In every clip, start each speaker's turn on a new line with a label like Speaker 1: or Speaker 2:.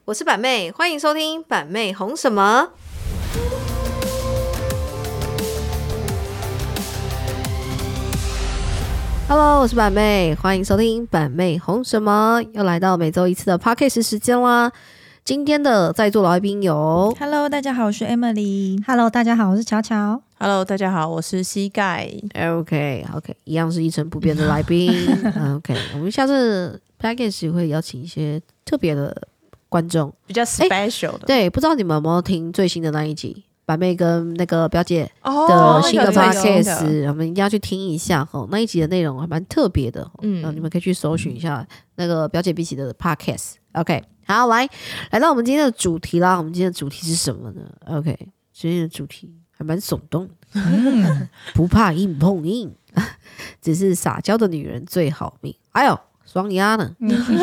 Speaker 1: 我是板妹，欢迎收听板妹红什么。Hello， 我是板妹，欢迎收听板妹红什么，又来到每周一次的 Podcast 时间啦。今天的在座来宾有
Speaker 2: Hello， 大家好，我是 Emily。Hello，
Speaker 3: 大家好，我是巧巧。
Speaker 4: Hello， 大家好，我是膝盖。
Speaker 1: OK， 一样是一成不变的来宾。OK， 我们下次 Podcast 会邀请一些特别的观众，
Speaker 4: 比较 special 的。
Speaker 1: 对，不知道你们有没有听最新的那一集？板妹跟那个表姐
Speaker 4: 的
Speaker 1: 新的 podcast，我们一定要去听一下哦。那一集的内容还蛮特别的，你们可以去搜寻一下那个表姐必喜的 podcast。OK， 好，来到我们今天的主题啦。我们今天的主题是什么呢 ？OK， 今天的主题还蛮耸动的，不怕硬碰硬，只是撒娇的女人最好命。哎呦，双鸭呢？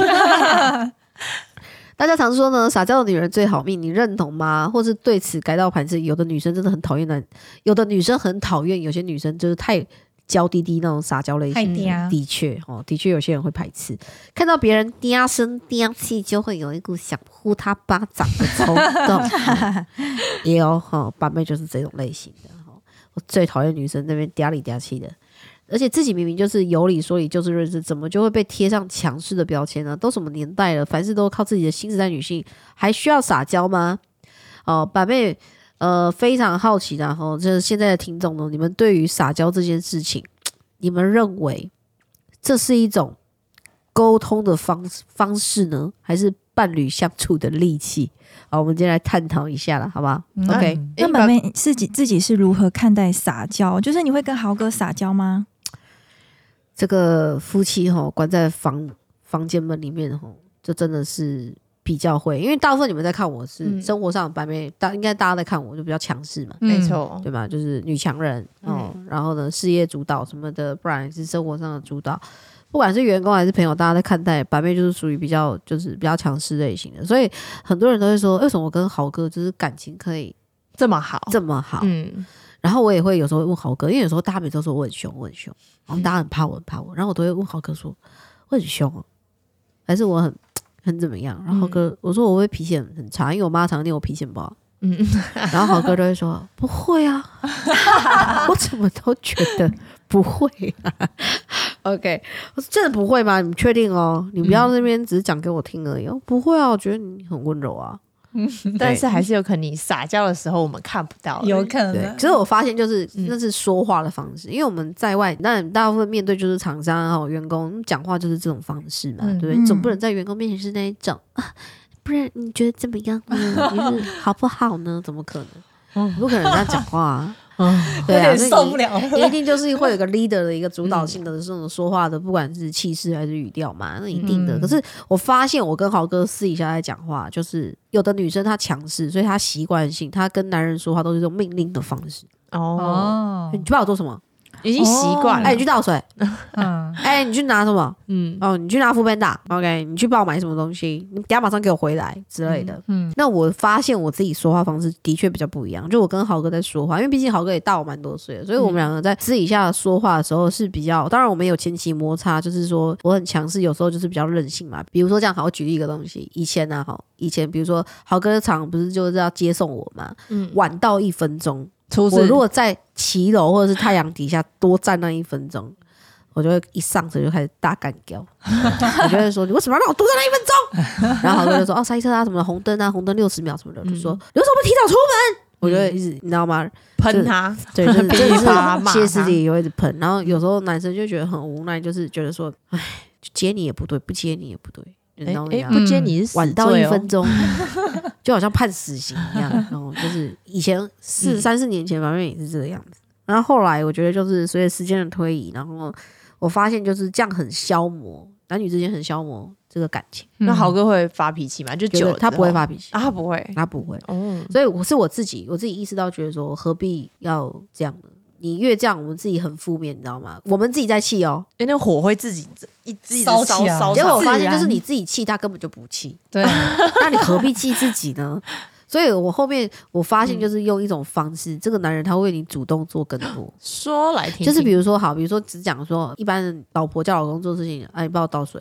Speaker 1: 大家常说呢，撒娇的女人最好命，你认同吗？或是对此改道盘是有的女生真的很讨厌有的女生很讨厌，有些女生就是太娇滴滴那种撒娇类型的，的确有些人会排斥，看到别人嗲声嗲气就会有一股想呼他巴掌的冲动。也有板妹就是这种类型的。我最讨厌女生那边嗲里嗲气的。而且自己明明就是有理说理就事论事，怎么就会被贴上强势的标签呢？都什么年代了，凡事都靠自己的新时代女性，还需要撒娇吗？板妹非常好奇的就是现在的听众呢，你们对于撒娇这件事情，你们认为这是一种沟通的方式呢，还是伴侣相处的利器？好，我们今天来探讨一下了，好不好？OK，
Speaker 2: 那板妹自己是如何看待撒娇？就是你会跟豪哥撒娇吗？
Speaker 1: 这个夫妻关在房间门里面就真的是比较会，因为大部分你们在看我是生活上的板妹，应该大家在看我就比较强势嘛，
Speaker 4: 没错，
Speaker 1: 对吧？就是女强人然后呢事业主导什么的，不然是生活上的主导。不管是员工还是朋友，大家在看待板妹就是属于比较强势类型的，所以很多人都会说，为什么我跟豪哥就是感情可以
Speaker 4: 这么好？
Speaker 1: 然后我也会有时候会问豪哥，因为有时候大家每次都说我很凶，然后大家很怕我，然后我都会问豪哥说我很凶还是我很怎么样？然后豪哥我说我会脾气很差，因为我妈常念我脾气很不好。然后豪哥就会说不会啊，我怎么都觉得不会啊。OK， 我说真的不会吗？你确定哦？你不要那边只是讲给我听而已。不会啊，我觉得你很温柔啊。
Speaker 4: 但是还是有可能你撒娇的时候我们看不到，
Speaker 3: 有可能。
Speaker 1: 对，可是我发现就是那是说话的方式，因为我们在外，那大部分面对就是厂商员工讲话就是这种方式嘛，对不对？你总不能在员工面前是那一种不然你觉得怎么样呢？你是好不好呢？怎么可能？不可能这样讲话啊！对啊，
Speaker 3: 受不了，
Speaker 1: 你一定就是会有个 leader 的一个主导性的这种说话的，不管是气势还是语调嘛，那一定的。可是我发现我跟豪哥私底下在讲话，就是有的女生她强势，所以她习惯性，她跟男人说话都是用命令的方式。你知道我做什么？
Speaker 4: 已经习惯了。
Speaker 1: 你去倒水。你去拿什么？你去拿foodpanda。OK， 你去帮我买什么东西？你等下马上给我回来之类的。那我发现我自己说话方式的确比较不一样。就我跟豪哥在说话，因为毕竟豪哥也大我蛮多岁的，所以我们两个在私底下说话的时候是比较，当然我们有前期摩擦，就是说我很强势，有时候就是比较任性嘛。比如说这样，好，我举例一个东西，以前比如说豪哥常不是就是要接送我嘛，晚到1分钟。我如果在骑楼或者是太阳底下多站那1分钟，我就会一上车就开始大干掉。我就会说你为什么要让我多站那1分钟？然后好多人就说塞车啊什么的，红灯啊红灯60秒什么的，就说有什么提早出门？我就会一直你知道吗？
Speaker 4: 喷他，
Speaker 1: 对，就是歇斯底里会一直喷。然后有时候男生就觉得很无奈，就是觉得说，接你也不对，不接你也不对。
Speaker 4: 不接你是
Speaker 1: 晚到1分钟，就好像判死刑一样。然后就是以前3-4年前，反正也是这个样子。然后后来我觉得就是随着时间的推移，然后我发现就是这样很消磨男女之间，很消磨这个感情。
Speaker 4: 那豪哥会发脾气吗？就久了
Speaker 1: 他不会发脾气
Speaker 4: 他不会，
Speaker 1: 所以我自己意识到，觉得说何必要这样呢？你越这样，我们自己很负面，你知道吗？我们自己在气
Speaker 4: 那火会自己
Speaker 3: 烧起来，
Speaker 1: 结果我发现就是你自己气，他根本就不气。对，那你何必气自己呢？所以我后面我发现就是用一种方式，这个男人他会为你主动做更多。
Speaker 4: 说来听听，
Speaker 1: 就是比如说只讲说，一般老婆叫老公做事情，你帮我倒水这样。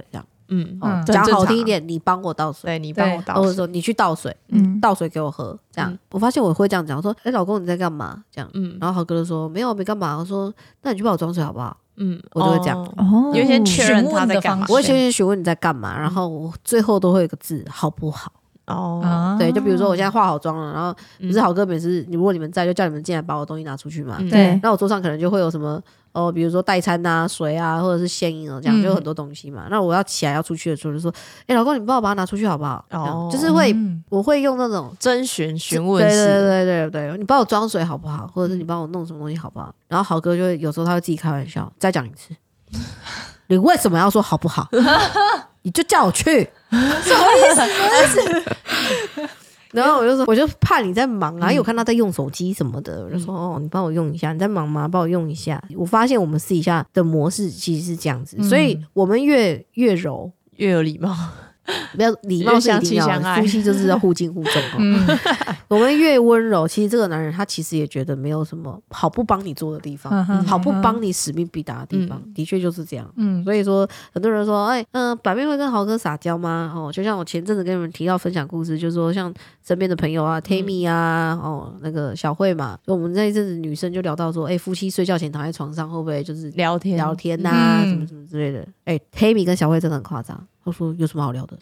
Speaker 1: 讲好听一点，你帮我倒水，
Speaker 4: 对，你帮我倒水，
Speaker 1: 或者说你去倒水，倒水给我喝，这样。我发现我会这样讲，我说老公你在干嘛？这样，然后豪哥就说没有没干嘛，我说那你去帮我装水好不好？我就会这样，
Speaker 4: 有一些确认他在干嘛，
Speaker 1: 我会先询问你在干嘛，然后我最后都会有一个字好不好？对，就比如说我现在化好妆了，然后不是豪哥每次如果你们在，就叫你们进来把我东西拿出去嘛。
Speaker 2: 对，
Speaker 1: 那我桌上可能就会有什么比如说代餐啊、水啊，或者是鲜饮这样，就有很多东西嘛。那我要起来要出去的时候，就说：“老公，你帮我把它拿出去好不好？”就是我会用那种
Speaker 4: 询问式，
Speaker 1: 对，你帮我装水好不好？或者是你帮我弄什么东西好不好？然后豪哥就会有时候他会自己开玩笑，再讲一次，你为什么要说好不好？你就叫我去，什么意思？然后我就怕你在忙啊，因为我看他在用手机什么的，我就说你帮我用一下，你在忙吗？帮我用一下。我发现我们私底下的模式其实是这样子，所以我们越柔
Speaker 4: 越有礼貌。
Speaker 1: 不要礼貌是一定要的，夫妻就是要互敬互重我们越温柔，其实这个男人他其实也觉得没有什么好不帮你做的地方，好不帮你使命必达的地方，的确就是这样。所以说很多人说板妹会跟豪哥撒娇吗？就像我前阵子跟你们提到分享故事，就是说像身边的朋友啊 Tammy 啊那个小慧嘛，就我们那一阵子女生就聊到说夫妻睡觉前躺在床上会不会就是聊天啊什么什么之类的。Tammy 跟小慧真的很夸张，他说有什么好聊的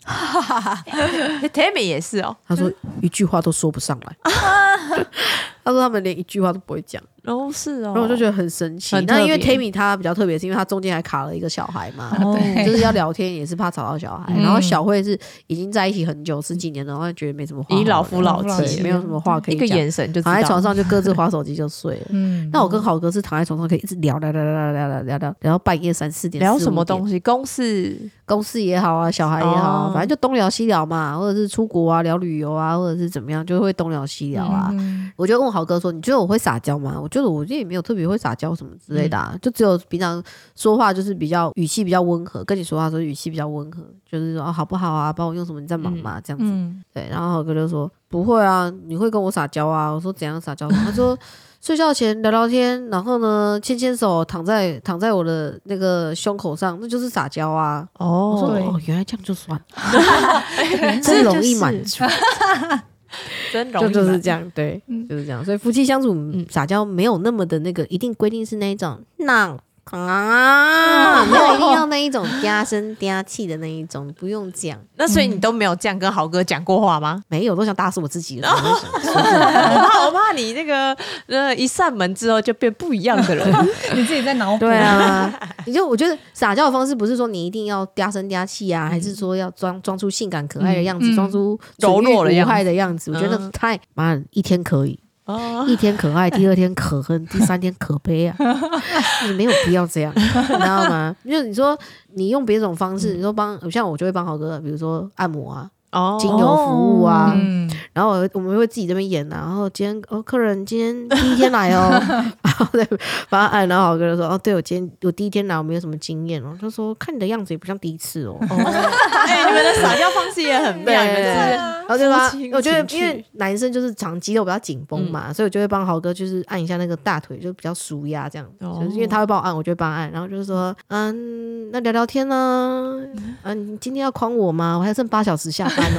Speaker 4: Tammy 也是
Speaker 1: 他说一句话都说不上来他说他们连一句话都不会讲
Speaker 4: 是
Speaker 1: 然后我就觉得很神奇。那因为 Tammy 她比较特别，是因为她中间还卡了一个小孩嘛，就是要聊天也是怕吵到小孩。然后小慧是已经在一起很久10几年了，然后觉得没什么话，
Speaker 4: 已老夫老妻，
Speaker 1: 没有什么话可以讲，
Speaker 4: 一个眼神就
Speaker 1: 躺在床上就各自滑手机就睡了。那我跟豪哥是躺在床上可以一直聊到半夜3、4点，
Speaker 4: 聊什么东西？公事
Speaker 1: 也好啊，小孩也好啊，反正就东聊西聊嘛，或者是出国啊，聊旅游啊，或者是怎么样，就会东聊西聊啊。我就问豪哥说：“你觉得我会撒娇吗？”我觉得我也没有特别会撒娇什么之类的就只有平常说话就是比较语气比较温和，跟你说话的时候语气比较温和，就是说好不好啊，帮我用什么？你在忙吗？这样子。对，然后豪哥就说：“不会啊，你会跟我撒娇啊。”我说：“怎样撒娇？”他说：“睡觉前聊聊天，然后呢牵牵手，躺在我的那个胸口上，那就是撒娇啊。”我说：“原来这样就算，真容易满足。”
Speaker 4: 真容易
Speaker 1: 就是这样，对，就是这样。所以夫妻相处撒娇没有那么的那个，一定规定是那一种闹没有一定要那一种嗲声嗲气的那一种，不用讲。
Speaker 4: 那所以你都没有这样跟豪哥讲过话吗？
Speaker 1: 没有，都想打死我自己了。
Speaker 4: 我怕你那个一扇门之后就变不一样的人，
Speaker 3: 你自己在脑补。
Speaker 1: 对啊，我觉得撒娇的方式不是说你一定要嗲声嗲气啊，还是说要装出性感可爱的样子，装出
Speaker 4: 柔弱的
Speaker 1: 样子。我觉得太一天可以。一天可爱，第2天可恨，第3天可悲啊！你没有必要这样，你知道吗？因为你说你用别种方式，你说像我就会帮豪哥，比如说按摩啊。精油服务啊，然后我们会自己这边演啊，然后今天客人今天第一天来然后再把他按，然后豪哥就说对，我第一天来，我没有什么经验他说看你的样子也不像第一次你
Speaker 4: 们的撒娇方式也很妙，
Speaker 1: 然后对吧？我觉得因为男生就是长肌肉比较紧绷嘛，所以我就会帮豪哥就是按一下那个大腿，就比较舒压这样，就是因为他会帮我按，我就会帮他按，然后就是说那聊聊天呢你今天要诓我吗？我还剩8小时下班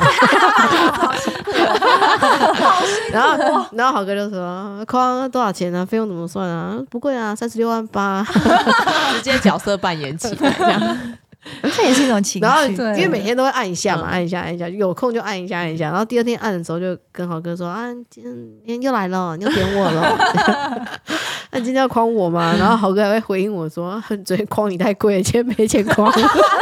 Speaker 1: 然后豪哥就说诓多少钱啊？费用怎么算啊？不贵啊，36万8，
Speaker 4: 直接角色扮演起来这样。
Speaker 2: 这也是一种情绪。
Speaker 1: 然后因为每天都会按一下嘛，按一下，有空就按一下。然后第2天按的时候就跟豪哥说今天又来了，你又点我了。那你今天要诓我吗？然后豪哥还会回应我说昨天诓你太贵了，今天没钱诓。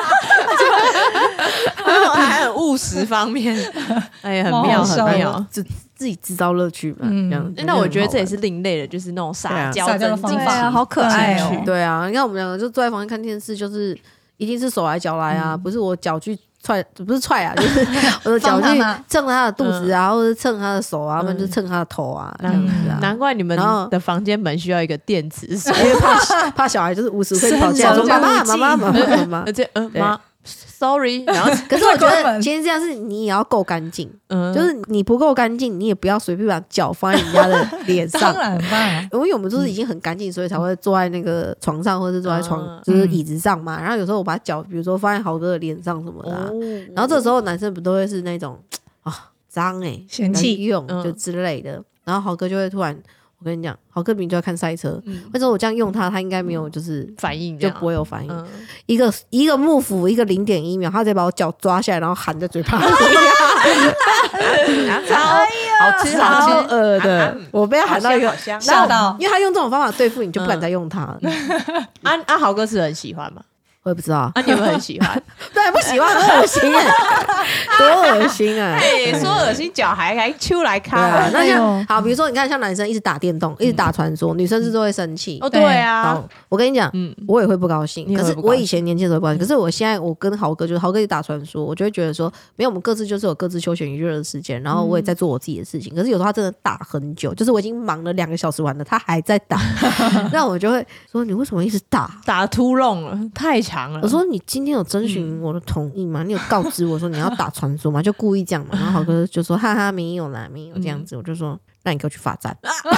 Speaker 4: 还很务实方面，很妙，很妙，
Speaker 1: 自己制造乐趣嘛。这样，
Speaker 4: 那我觉得这也是另类的，就是那种撒娇的方法，
Speaker 2: 好可爱哦。
Speaker 1: 对啊，你看我们2个就坐在房间看电视，就是一定是手来脚来啊，不是我脚去踹，不是踹啊，就是我的脚去蹭他的肚子啊，或者蹭他的手啊，或者就蹭他的头啊，这样子啊。
Speaker 4: 难怪你们的房间门需要一个电子锁，
Speaker 1: 因为怕小孩就是无时会跑进来说妈妈，
Speaker 4: 而且 sorry， 然后
Speaker 1: 可是我觉得其实这样是你也要够干净，就是你不够干净，你也不要随便把脚放在人家的脸上。
Speaker 3: 当然吧，
Speaker 1: 因为我们都是已经很干净，所以才会坐在那个床上，或者是坐在就是椅子上嘛。然后有时候我把脚，比如说放在豪哥的脸上什么的然后这时候男生不都会是那种脏
Speaker 3: 嫌弃
Speaker 1: 用就之类的，然后豪哥就会突然。我跟你讲，豪哥明明就要看赛车，为什么我这样用他，他应该没有就是
Speaker 4: 反应，
Speaker 1: 就不会有反应。一个幕府，一个0.1秒，他直接把我脚抓下来，然后含在嘴巴里，
Speaker 4: 好吃
Speaker 1: 超恶的。我被他含到一个
Speaker 4: 吓
Speaker 3: 到，
Speaker 1: 因为他用这种方法对付你，就不敢再用他了。
Speaker 4: 豪哥是很喜欢吗？
Speaker 1: 我也不知道，
Speaker 4: 你有没有很喜欢？
Speaker 1: 对，不喜欢，很恶心多恶心
Speaker 4: 说恶心，脚还出来看。
Speaker 1: 那像好，比如说你看，像男生一直打电动，一直打传说，女生是都会生气。
Speaker 4: 对啊。
Speaker 1: 好，我跟你讲，我也会不高兴。可是我以前年轻的时候不高兴，可是我现在我跟豪哥，就是豪哥一直打传说，我就会觉得说，没有，我们各自就是有各自休闲娱乐的时间，然后我也在做我自己的事情。可是有时候他真的打很久，就是我已经忙了2个小时完了，他还在打，那我就会说，你为什么一直打
Speaker 4: 突弄了，太强了。
Speaker 1: 我说你今天有征询我的同意吗？你有告知我说你要打传说吗？就故意这样嘛。然后豪哥就说哈哈没有啦，没有这样子。我就说那你给我去罚站。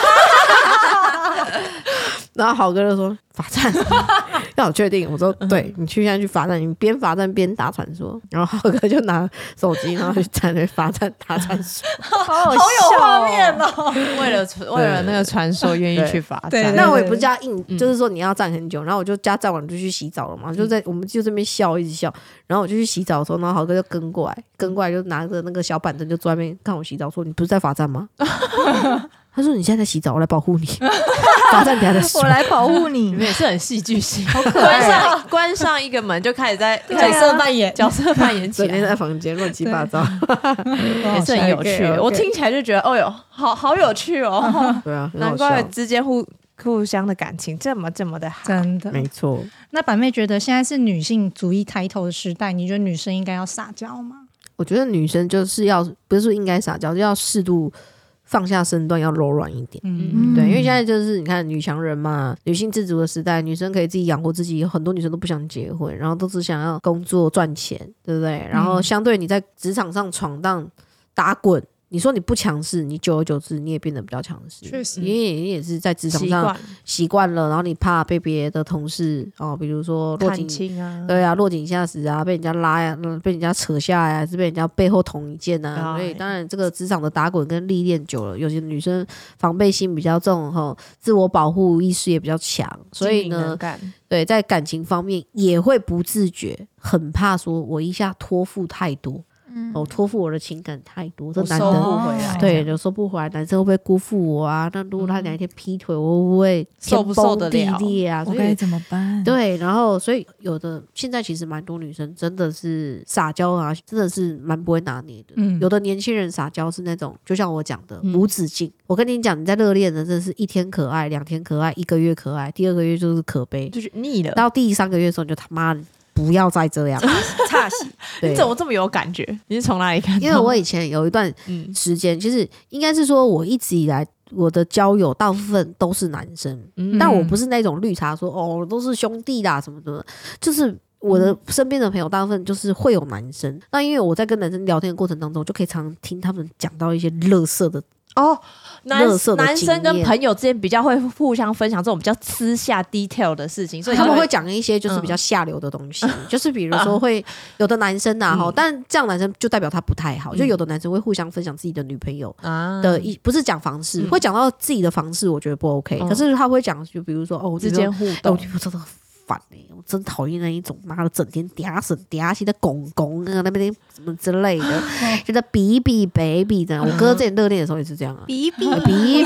Speaker 1: 然后豪哥就说罚站要我确定，我说对，你现在去罚站，你边罚站边打传说。然后豪哥就拿手机，然后去站那罚站打传说，
Speaker 3: 好有画面哦。
Speaker 4: 为了那个传说愿意去罚站。
Speaker 1: 那我也不是叫硬，就是说你要站很久，然后我就站完就去洗澡了嘛，我们就这边笑一直笑，然后我就去洗澡的时候，然后豪哥就跟过来就拿着那个小板凳就坐在那边看我洗澡，说你不是在罚站吗？他说你现在在洗澡，我来保护你。罚站等下再说，
Speaker 2: 我来保护你。
Speaker 4: 你们也是很戏剧性，好可
Speaker 1: 爱。
Speaker 4: 关上一个门就开始在
Speaker 3: 角色扮演
Speaker 1: 起来，整天在房间乱七八糟，
Speaker 4: 也是很有趣。我听起来就觉得，哦哟，好有趣哦。
Speaker 1: 对啊，
Speaker 4: 难怪之间互相的感情这么的好，
Speaker 3: 真的
Speaker 1: 没错。
Speaker 3: 那板妹觉得现在是女性主义抬头的时代，你觉得女生应该要撒娇吗？
Speaker 1: 我觉得女生就是要不是说应该撒娇，就要适度放下身段，要柔软一点。对，因为现在就是你看女强人嘛，女性自主的时代，女生可以自己养活自己，有很多女生都不想结婚，然后都只想要工作赚钱，对不对？然后相对你在职场上闯荡打滚，你说你不强势，你久而久之你也变得比较强势。
Speaker 3: 确实，
Speaker 1: 因为你也是在职场上习惯了，然后你怕被别的同事比如说落井啊，对啊，落井下石啊，被人家拉呀，被人家扯下来，还是被人家背后捅一剑啊。所以当然这个职场的打滚跟历练久了，有些女生防备心比较重，自我保护意识也比较强，所以呢，对，在感情方面也会不自觉，很怕说我一下托付太多。托付我的情感太多，这男的
Speaker 4: 收不回来，
Speaker 1: 对，就收不回来，男生会不会辜负我啊？那如果他哪一天劈腿，我会不会
Speaker 4: 受不受得了
Speaker 1: 啊？
Speaker 2: 我该怎么办？
Speaker 1: 对，然后所以有的现在其实蛮多女生真的是撒娇啊，真的是蛮不会拿捏的。有的年轻人撒娇是那种，就像我讲的无止境。我跟你讲，你在热恋的真的是1天可爱，2天可爱，1个月可爱，第2个月就是可悲，
Speaker 4: 就是腻了。
Speaker 1: 到第3个月的时候，你就他妈不要再这样
Speaker 2: 差戏。
Speaker 4: 你怎么这么有感觉？你是从哪里看到？
Speaker 1: 因为我以前有一段时间，其实应该是说我一直以来我的交友大部分都是男生，但我不是那种绿茶说都是兄弟啦什么的，就是我的身边的朋友大部分就是会有男生。那因为我在跟男生聊天的过程当中，就可以常常听他们讲到一些垃圾的
Speaker 4: 男生跟朋友之间比较会互相分享这种比较私下 detail 的事情，所以
Speaker 1: 他们会讲一些就是比较下流的东西，就是比如说会有的男生但这样男生就代表他不太好，就有的男生会互相分享自己的女朋友的不是讲房事，会讲到自己的房事，我觉得不 OK，可是他会讲就比如说
Speaker 4: 之间互动，
Speaker 1: 真的烦我真讨厌那一种妈的整天嗲声嗲气的公公那边什么之类的，觉得比比 baby 的。我哥之前热恋的时候也是这样啊，比比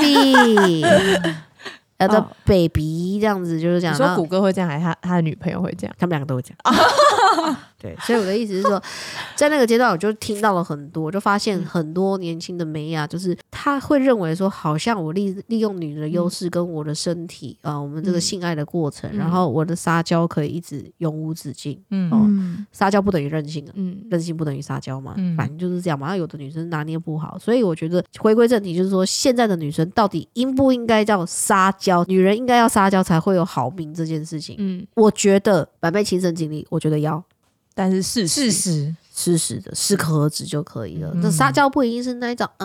Speaker 1: baby 这样子就是这样。
Speaker 4: 你说谷歌会这样，还是他的女朋友会这样？
Speaker 1: 他们2个都会这样。对，所以我的意思是说，在那个阶段我就听到了很多，就发现很多年轻的妹啊，就是他会认为说，好像我利用女人的优势跟我的身体我们这个性爱的过程，然后我的撒娇可以一直永无止境。撒娇不等于任性任性不等于撒娇嘛，反正就是这样嘛。有的女生拿捏不好，所以我觉得回归正题，就是说现在的女生到底应不应该叫撒娇？女人应该要撒娇才会有好命这件事情。我觉得百倍亲身经历，我觉得要。
Speaker 4: 但是事
Speaker 1: 实的适可而止就可以了。那撒娇不一定是那一种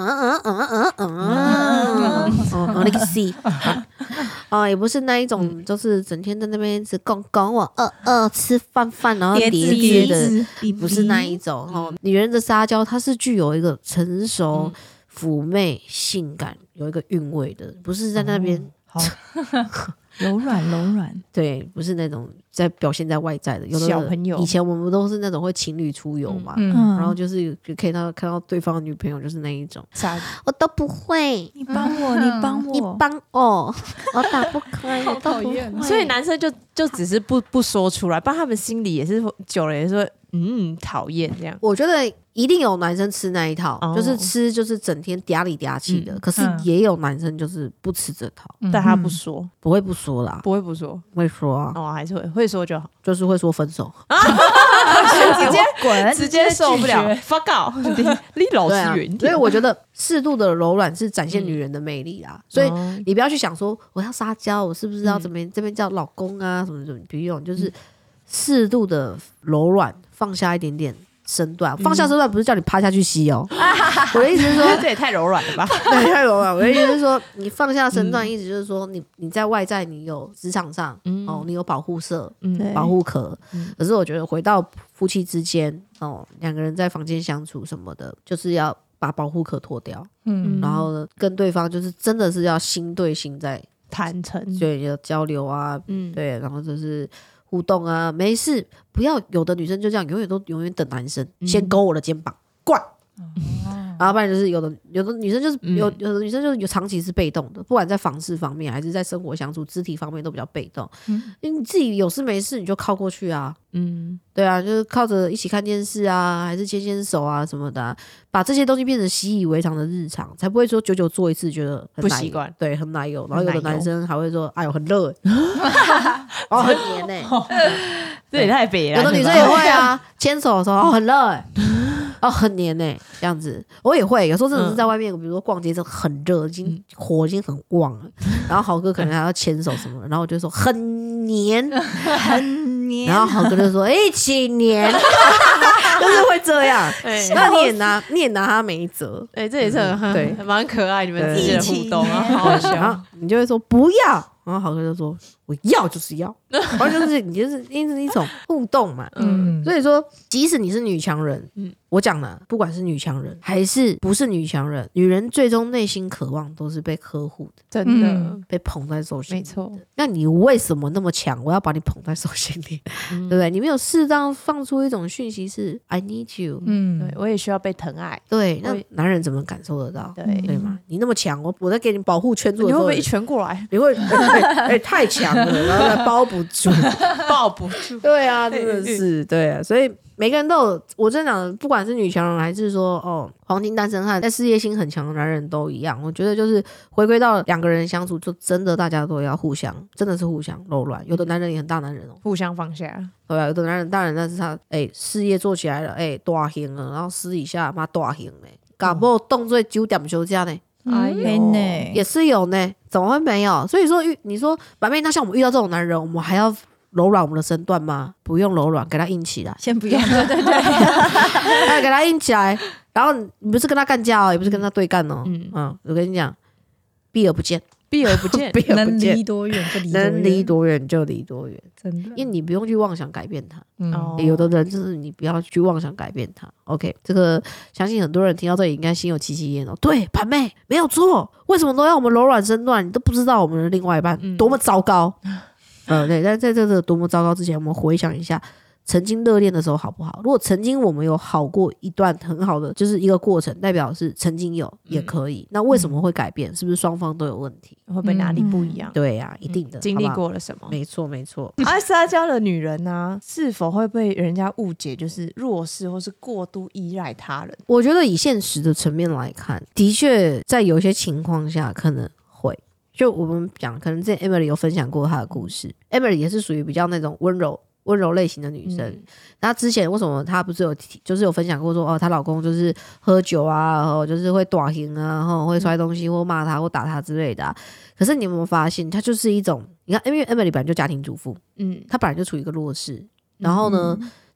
Speaker 1: 你可以 see 也不是那一种就是整天在那边一直讲我饿吃饭然后叠字的，不是那一种女人的撒娇它是具有一个成熟妩媚性感有一个韵味的，不是在那边
Speaker 2: 好柔软，
Speaker 1: 对，不是那种在表现在外在的。有的
Speaker 4: 小朋友
Speaker 1: 以前我们都是那种会情侣出游嘛，然后就是可以看到对方的女朋友就是那一种，我都不会，
Speaker 2: 你帮我，
Speaker 1: 我打不开，我都不会。
Speaker 4: 所以男生就只是不说出来，不然他们心里也是久了也是说讨厌这样。
Speaker 1: 我觉得一定有男生吃那一套，就是吃就是整天嗲里嗲气的，可是也有男生就是不吃这套，
Speaker 4: 但他不说，
Speaker 1: 不会不说啦，
Speaker 4: 会说
Speaker 1: 啊，
Speaker 4: 还是会说就好，
Speaker 1: 就是会说分手，
Speaker 4: 直接受不了，fuck out， 你老实远一点。
Speaker 1: 所以我觉得适度的柔软是展现女人的魅力啦，所以你不要去想说我要撒娇，我是不是要这边叫老公啊什么什么，不用，就是适度的柔软，放下一点点身段，放下身段不是叫你趴下去吸哦。我的意思是说，
Speaker 4: 这也太柔软了吧？
Speaker 1: 对，太柔软。我的意思是说，你放下身段，意思就是说，你在外在你有职场上你有保护色、保护壳。可是我觉得回到夫妻之间两个人在房间相处什么的，就是要把保护壳脱掉。然后呢，跟对方就是真的是要心对心在
Speaker 4: 坦诚，
Speaker 1: 对，要交流啊，对，然后就是互动啊，没事，不要有的女生就这样，永远等男生先勾我的肩膀，怪，然后不然就是有的女生就是有的女生就是有长期是被动的，不管在房事方面还是在生活相处、肢体方面都比较被动。因为你自己有事没事你就靠过去啊，对啊，就是靠着一起看电视啊，还是牵手啊什么的把这些东西变成习以为常的日常，才不会说久久做一次觉得很
Speaker 4: 不习惯，
Speaker 1: 对，很奶油。然后有的男生还会说：“哎呦，很热，很黏呢。”
Speaker 4: 这也太北了。
Speaker 1: 有的女生也会啊，牵手的时候很热很黏这样子。我也会，有时候真的是在外面，比如说逛街，真的很热，火已经很旺了。然后豪哥可能还要牵手什么的，然后我就说很黏，很黏。然后豪哥就说：“一起黏。”就是会这样。那你也拿他没辙。
Speaker 4: 这也是对，蛮可爱，你们之间的互动啊，好好笑。
Speaker 1: 然后你就会说不要。然后豪哥就说：“我要就是要。”然后就是你就是一种互动嘛。所以说，即使你是女强人，我讲了，不管是女强人还是不是女强人，女人最终内心渴望都是被呵护的，
Speaker 4: 真的
Speaker 1: 被捧在手心里。
Speaker 4: 没错。
Speaker 1: 那你为什么那么强？我要把你捧在手心里，对不对？你没有适当放出一种讯息是 I need you，
Speaker 4: 对我也需要被疼爱。
Speaker 1: 对，那男人怎么感受得到？
Speaker 4: 对
Speaker 1: 吗？你那么强，我在给你保护圈住的时候，
Speaker 4: 你会不会一拳过来？
Speaker 1: 你会太强了，然后再包不住，
Speaker 4: 抱不住。
Speaker 1: 对啊，真的是对啊，所以每个人都有，我真的讲，不管是女强人还是说黄金单身汉，在事业心很强的男人都一样。我觉得就是回归到两个人相处，就真的大家都要互相，真的是互相柔软。有的男人也很大男人
Speaker 4: 互相放下。
Speaker 1: 对啊，有的男人当然但是他事业做起来了，大型了，然后私底下妈大型嘞，搞不好动作9点休假呢。也是有呢，怎么会没有？所以说你说板妹，那像我们遇到这种男人，我们还要柔软我们的身段吗？不用柔软，给他硬起来。
Speaker 2: 先不用，对，
Speaker 1: 给他硬起来。然后你不是跟他干架也不是跟他对干我跟你讲，避而不见，
Speaker 3: 能离多远就
Speaker 1: 离多远，
Speaker 3: 真的，
Speaker 1: 因为你不用去妄想改变他。有的人就是你不要去妄想改变他。OK， 这个相信很多人听到这里应该心有戚戚焉对，板妹没有错，为什么都要我们柔软身段？你都不知道我们的另外一半多么糟糕。对，在这个多么糟糕之前，我们回想一下曾经热恋的时候好不好？如果曾经我们有好过一段很好的，就是一个过程，代表是曾经有也可以。那为什么会改变？是不是双方都有问题？
Speaker 4: 会不会哪里不一样？
Speaker 1: 对啊，一定的，
Speaker 4: 经历过了什么？
Speaker 1: 没错。
Speaker 4: 爱撒娇的女人呢，是否会被人家误解就是弱势或是过度依赖他人？
Speaker 1: 我觉得以现实的层面来看，的确在有一些情况下可能会。就我们讲，可能之前 Emily 有分享过她的故事。Emily 也是属于比较那种温柔类型的女生。她之前为什么她不是就是有分享过说她老公就是喝酒啊，就是会大型啊，会摔东西或骂她或打她之类的可是你有没有发现，她就是一种你看，因为 Emily 本来就家庭主妇，她本来就处于一个弱势，然后呢，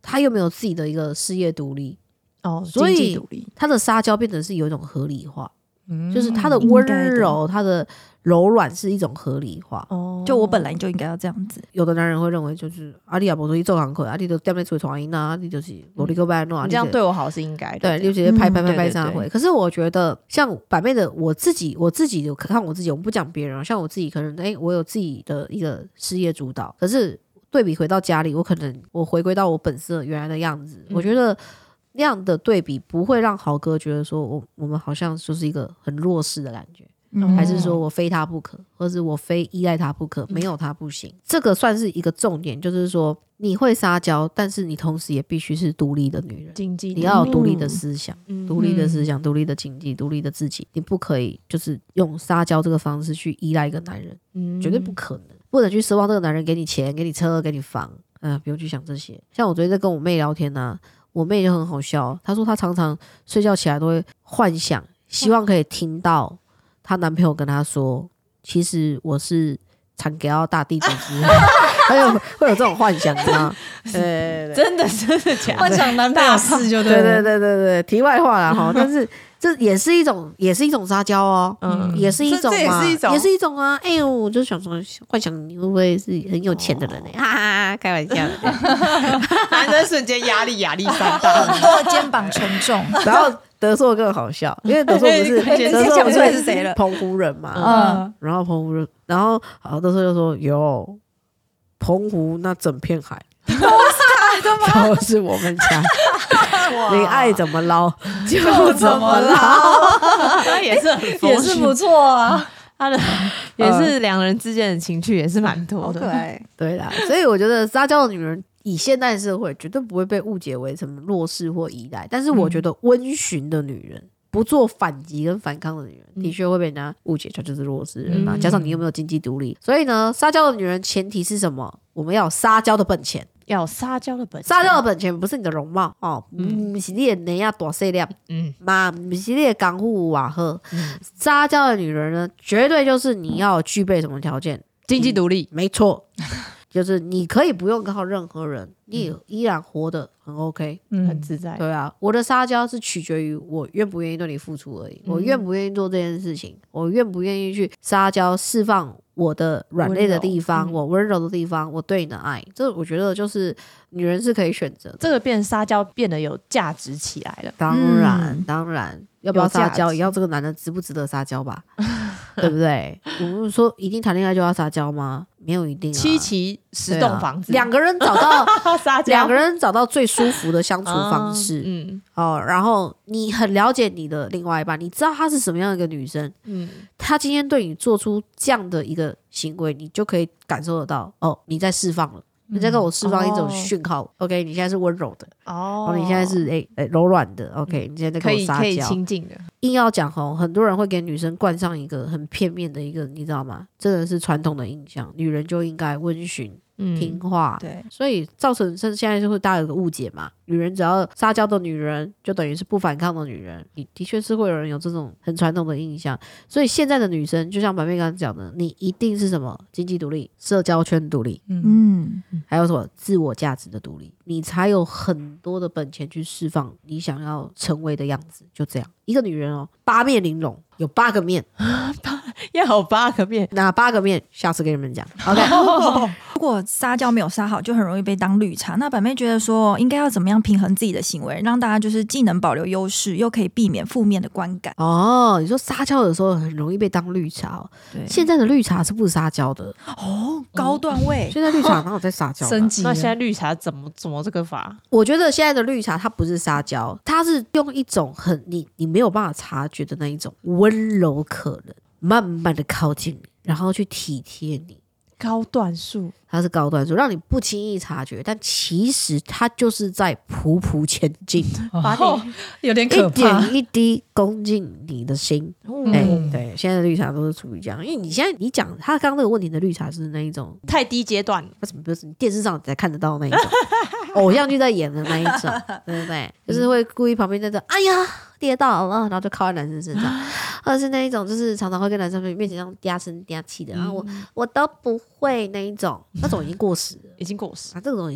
Speaker 1: 他又没有自己的一个事业独立
Speaker 4: 所以
Speaker 1: 他的撒娇变成是有一种合理化，就是他的温柔他的柔软是一种合理化
Speaker 2: 就我本来就应该要这样子。
Speaker 1: 有的男人会认为就是你也没出去做工课你就踮在厝床因你就是没你个办
Speaker 4: 你这样对我好是应该的，
Speaker 1: 对，你就直接拍上回。可是我觉得像板妹的我自己有看我自己，我们不讲别人，像我自己可能我有自己的一个事业主导，可是对比回到家里，我可能我回归到我本色原来的样子，我觉得那样的对比不会让豪哥觉得说我们好像就是一个很弱势的感觉，还是说我非他不可，或是我非依赖他不可，没有他不行。这个算是一个重点，就是说你会撒娇，但是你同时也必须是独立的女人，你要有独立的思想，独立的思想，独立的经济，独立的自己，你不可以就是用撒娇这个方式去依赖一个男人，绝对不可能，不能去奢望这个男人给你钱，给你车，给你房，不用去想这些。像我昨天在跟我妹聊天我妹就很好笑，她说她常常睡觉起来都会幻想，希望可以听到她男朋友跟她说，其实我是产给到大地主之会有这种幻想，你知道吗？
Speaker 4: 真的假的？
Speaker 3: 幻想男朋友事就
Speaker 1: 对。题外话啦但是这也是一种撒娇也是一种嘛，也是一种啊。我就想说，幻想你会不会是很有钱的人呢？哈哈，开玩笑的。
Speaker 4: 男生瞬间压力山大，
Speaker 2: 很多肩膀沉重。
Speaker 1: 然后德硕更好笑，因为德硕不是
Speaker 2: 想不出来是谁了，
Speaker 1: 澎湖人嘛，然后澎湖人，然后德硕就说有澎湖那整片海都是他的吗？都是我们家。你爱怎么捞就怎么捞，
Speaker 4: 他也是很
Speaker 3: 也是不错啊。
Speaker 4: 他的也是两人之间的情趣也是蛮多的，
Speaker 1: 对啦。所以我觉得撒娇的女人以现代社会绝对不会被误解为什么弱势或依赖，但是我觉得温驯的女人，不做反击跟反抗的女人，的确会被人家误解，她就是弱势人嘛。加上你有没有经济独立，所以呢，撒娇的女人前提是什么？我们要有撒娇的本钱。
Speaker 4: 要撒娇的本钱，
Speaker 1: 撒娇的本钱不是你的容貌不是你的奶啊大细粒嘛，不是你的功夫瓦赫。撒娇的女人呢，绝对就是你要具备什么条件？
Speaker 4: 经济独立，
Speaker 1: 没错，就是你可以不用靠任何人，你依然活得很 OK，
Speaker 4: 很自在。
Speaker 1: 对啊，我的撒娇是取决于我愿不愿意对你付出而已，我愿不愿意做这件事情，我愿不愿意去撒娇释放我的软肋的地方，我温柔的地方，我对你的爱，这我觉得就是女人是可以选择的。
Speaker 4: 这个变撒娇变得有价值起来了。
Speaker 1: 当然，要不要撒娇也要这个男的值不值得撒娇吧，对不对？我们说一定谈恋爱就要撒娇吗？没有一定啊。
Speaker 4: 七期10栋房子，
Speaker 1: 两个人找到最舒服的相处方式，然后你很了解你的另外一半，你知道她是什么样的一个女生，她今天对你做出这样的一个行为，你就可以感受得到，你在释放了。你在跟我释放一种讯号，OK， 你现在是温柔的，你现在是柔软的，OK，你现在在跟我撒娇，
Speaker 4: 可以亲近的。
Speaker 1: 硬要讲很多人会给女生冠上一个很片面的一个，你知道吗？真的是传统的印象，女人就应该温驯、听话，
Speaker 2: 对，
Speaker 1: 所以造成现在就会大家有个误解嘛。女人只要撒娇的女人，就等于是不反抗的女人，你的确是会有人有这种很传统的印象。所以现在的女生，就像白妹刚刚讲的，你一定是什么经济独立、社交圈独立，还有什么自我价值的独立，你才有很多的本钱去释放你想要成为的样子。就这样，一个女人八面玲珑，有8个面，
Speaker 4: 要有8个面，
Speaker 1: 哪8个面？下次跟你们讲。OK，
Speaker 2: 如果撒娇没有撒好，就很容易被当绿茶。那板妹觉得说，应该要怎么样平衡自己的行为，让大家就是既能保留优势，又可以避免负面的观感。
Speaker 1: 你说撒娇的时候很容易被当绿茶
Speaker 2: 对，
Speaker 1: 现在的绿茶是不撒娇的
Speaker 2: 高段位。
Speaker 1: 现在绿茶哪有在撒娇？
Speaker 3: 升级。
Speaker 4: 那现在绿茶怎么这个法？
Speaker 1: 我觉得现在的绿茶它不是撒娇，它是用一种你没有办法察觉的那一种温柔可人，慢慢的靠近你，然后去体贴你。
Speaker 4: 高段数，
Speaker 1: 它是高段数，让你不轻易察觉，但其实它就是在匍匐前进，
Speaker 3: 有点可怕，
Speaker 1: 一点一滴攻进你的心。对，现在的绿茶都是处于这样，因为你现在你讲他刚刚那个问题的绿茶是那一种
Speaker 4: 太低阶段，
Speaker 1: 为什么不是你电视上才看得到那一种偶像剧在演的那一种，对不对？就是会故意旁边在这，哎呀跌倒了，然后就靠在男生身上，或者是那一种就是常常会跟男生面前这样嗲声嗲气的，然后我都不会那一种，那种已经过时了，
Speaker 4: 已经过时
Speaker 1: 这种已经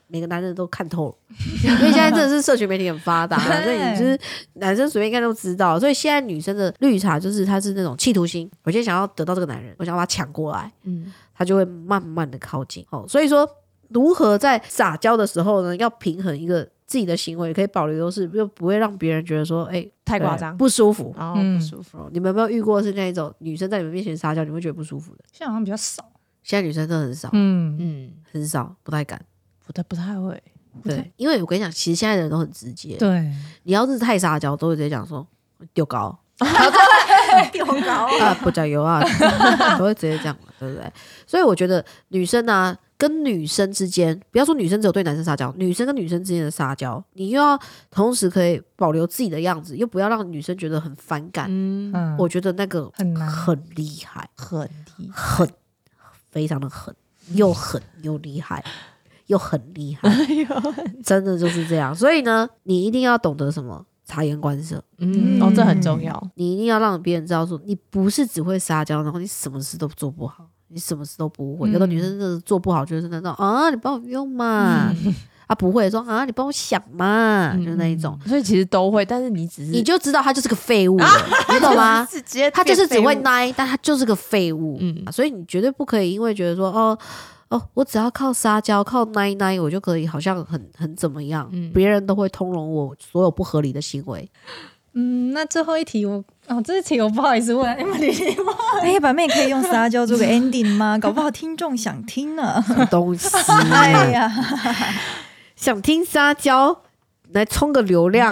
Speaker 1: 每个男人都看透了，因为现在真的是社群媒体很发达，所以你就是男生随便看都知道。所以现在女生的绿茶就是她是那种企图心，我今天想要得到这个男人，我想要把他抢过来，他就会慢慢的靠近。所以说如何在撒娇的时候呢，要平衡一个自己的行为，可以保留优势，又不会让别人觉得说
Speaker 4: 太夸张
Speaker 1: 不舒服。
Speaker 4: 不舒服。
Speaker 1: 你们有没有遇过是那一种女生在你们面前撒娇，你会觉得不舒服的？
Speaker 3: 现在好像比较少。
Speaker 1: 现在女生真的很少，很少，不太敢，
Speaker 4: 不太会。
Speaker 1: 对，因为我跟你讲，其实现在的人都很直接。
Speaker 3: 对，
Speaker 1: 你要是太撒娇，都会直接讲说丢高，
Speaker 2: 丢高
Speaker 1: 不加油啊，都会直接这样嘛，对不对？所以我觉得女生啊，跟女生之间，不要说女生只有对男生撒娇，女生跟女生之间的撒娇，你又要同时可以保留自己的样子，又不要让女生觉得很反感。我觉得那个
Speaker 3: 很难，
Speaker 1: 很厉害，
Speaker 4: 很
Speaker 1: 非常的狠，又狠又厉害。又很厉害，真的就是这样。所以呢，你一定要懂得什么察言观色，
Speaker 4: 这很重要。
Speaker 1: 你一定要让别人知道说，你不是只会撒娇，然后你什么事都做不好，你什么事都不会。有的女生真的做不好，就是那种你帮我用嘛，不会说你帮我想嘛，就是那一种。
Speaker 4: 所以其实都会，但是你
Speaker 1: 就知道他就是个废物了，你懂吗？他就是只会奶，但他就是个废物。所以你绝对不可以因为觉得说我只要靠撒娇、靠奶奶，我就可以好像很怎么样，别人都会通融我所有不合理的行为。
Speaker 3: 那最后一题这一题我不好意思问，
Speaker 2: 板妹可以用撒娇做个 ending 吗？搞不好听众想听呢。
Speaker 1: 什么东西？
Speaker 2: 哎呀，
Speaker 1: 想听撒娇来冲个流量。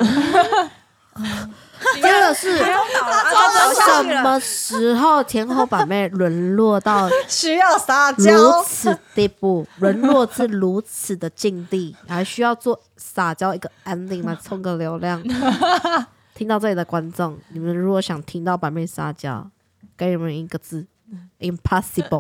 Speaker 1: 真的是什么时候天后板妹沦落到
Speaker 3: 需要撒娇
Speaker 1: 如此地步，沦落至如此的境地，还需要做撒娇一个 ending 来冲个流量？听到这里的观众，你们如果想听到板妹撒娇，给你们一个字 ：impossible。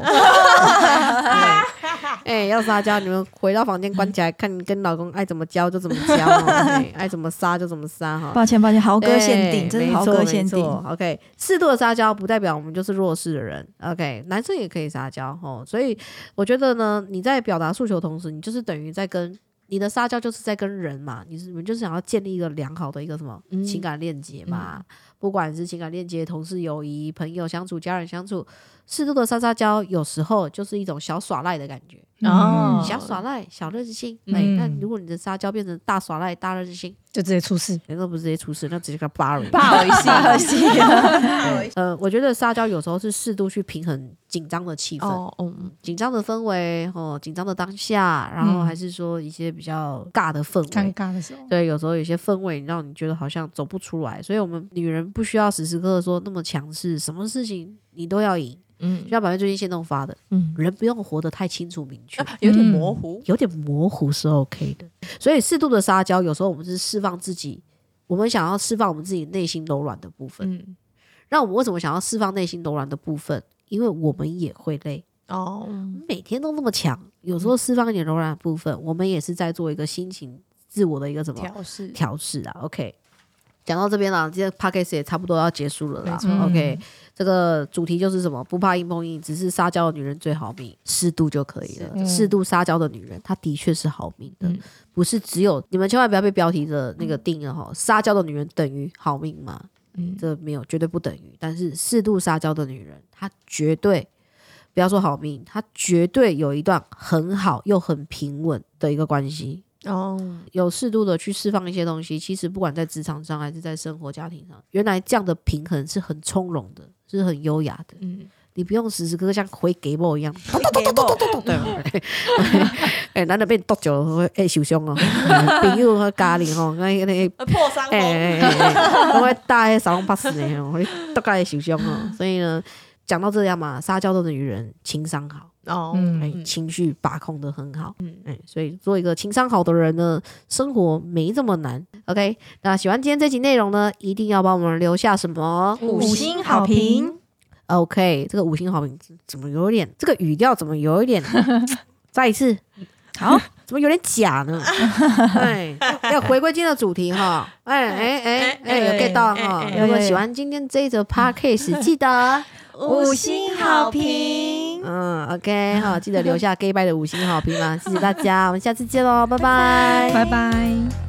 Speaker 1: 要撒娇，你们回到房间关起来，看你跟老公爱怎么教就怎么教，爱怎么撒就怎么撒哈。
Speaker 2: 抱歉，豪哥限定，这是豪哥限定。
Speaker 1: OK， 适度的撒娇不代表我们就是弱势的人。OK， 男生也可以撒娇所以我觉得呢，你在表达诉求的同时，你就是等于在跟你的撒娇就是在跟人嘛，你们就是想要建立一个良好的一个什么情感链接嘛。不管是情感链接、同事友谊、朋友相处、家人相处，适度的撒娇有时候就是一种小耍赖的感觉。小耍赖、小任性。那如果你的撒娇变成大耍赖、大任性，
Speaker 3: 就直接出事。
Speaker 1: 那不是直接出事，那直接给他扒人。
Speaker 4: 扒一戏。
Speaker 1: 我觉得撒娇有时候是适度去平衡紧张的气氛，紧张的氛围，紧张的当下，然后还是说一些比较尬的氛围，
Speaker 3: 尴尬的时候，
Speaker 1: 对，有时候有些氛围让你觉得好像走不出来，所以我们女人不需要时时刻刻说那么强势，什么事情你都要赢。就像板妹最近限动发的，人不用活得太清楚明确，
Speaker 4: 有点模糊，
Speaker 1: 有点模糊是 OK 的。所以适度的撒娇，有时候我们是释放自己，我们想要释放我们自己内心柔软的部分。那我们为什么想要释放内心柔软的部分？因为我们也会累每天都那么强，有时候释放一点柔软的部分，我们也是在做一个心情自我的一个什么调试啊。OK。讲到这边了，今天 podcast 也差不多要结束了啦。OK， 这个主题就是什么？不怕硬碰硬，只是撒娇的女人最好命，适度就可以了。适度撒娇的女人，她的确是好命的，不是只有你们千万不要被标题的那个定了撒娇的女人等于好命嘛？这没有，绝对不等于。但是适度撒娇的女人，她绝对不要说好命，她绝对有一段很好又很平稳的一个关系。有适度的去释放一些东西，其实不管在职场上还是在生活家庭上，原来这样的平衡是很从容的，是很优雅的。你不用时时刻刻像回 game 一样，男的被剁久了会受伤朋友和家庭
Speaker 4: 破伤
Speaker 1: 风，会大迄3龙8死呢，会剁到会受伤所以呢，讲到这样嘛，撒娇的女人情商好。情绪把控得很好，所以做一个情商好的人呢，生活没这么难。OK， 那喜欢今天这集内容呢，一定要帮我们留下什么
Speaker 2: 5星好评。
Speaker 1: OK， 这个5星好评怎么有点，这个语调怎么有一点？再一次，
Speaker 2: 好，
Speaker 1: 怎么有点假呢？要回归今天的主题哈。有 get 到哈。如果喜欢今天这一则 podcast， 记得
Speaker 2: 5星好评。 评。
Speaker 1: OK 好，记得留下 gay bye 的5星好评啦，谢谢大家，我们下次见喽，拜拜，
Speaker 3: 拜拜。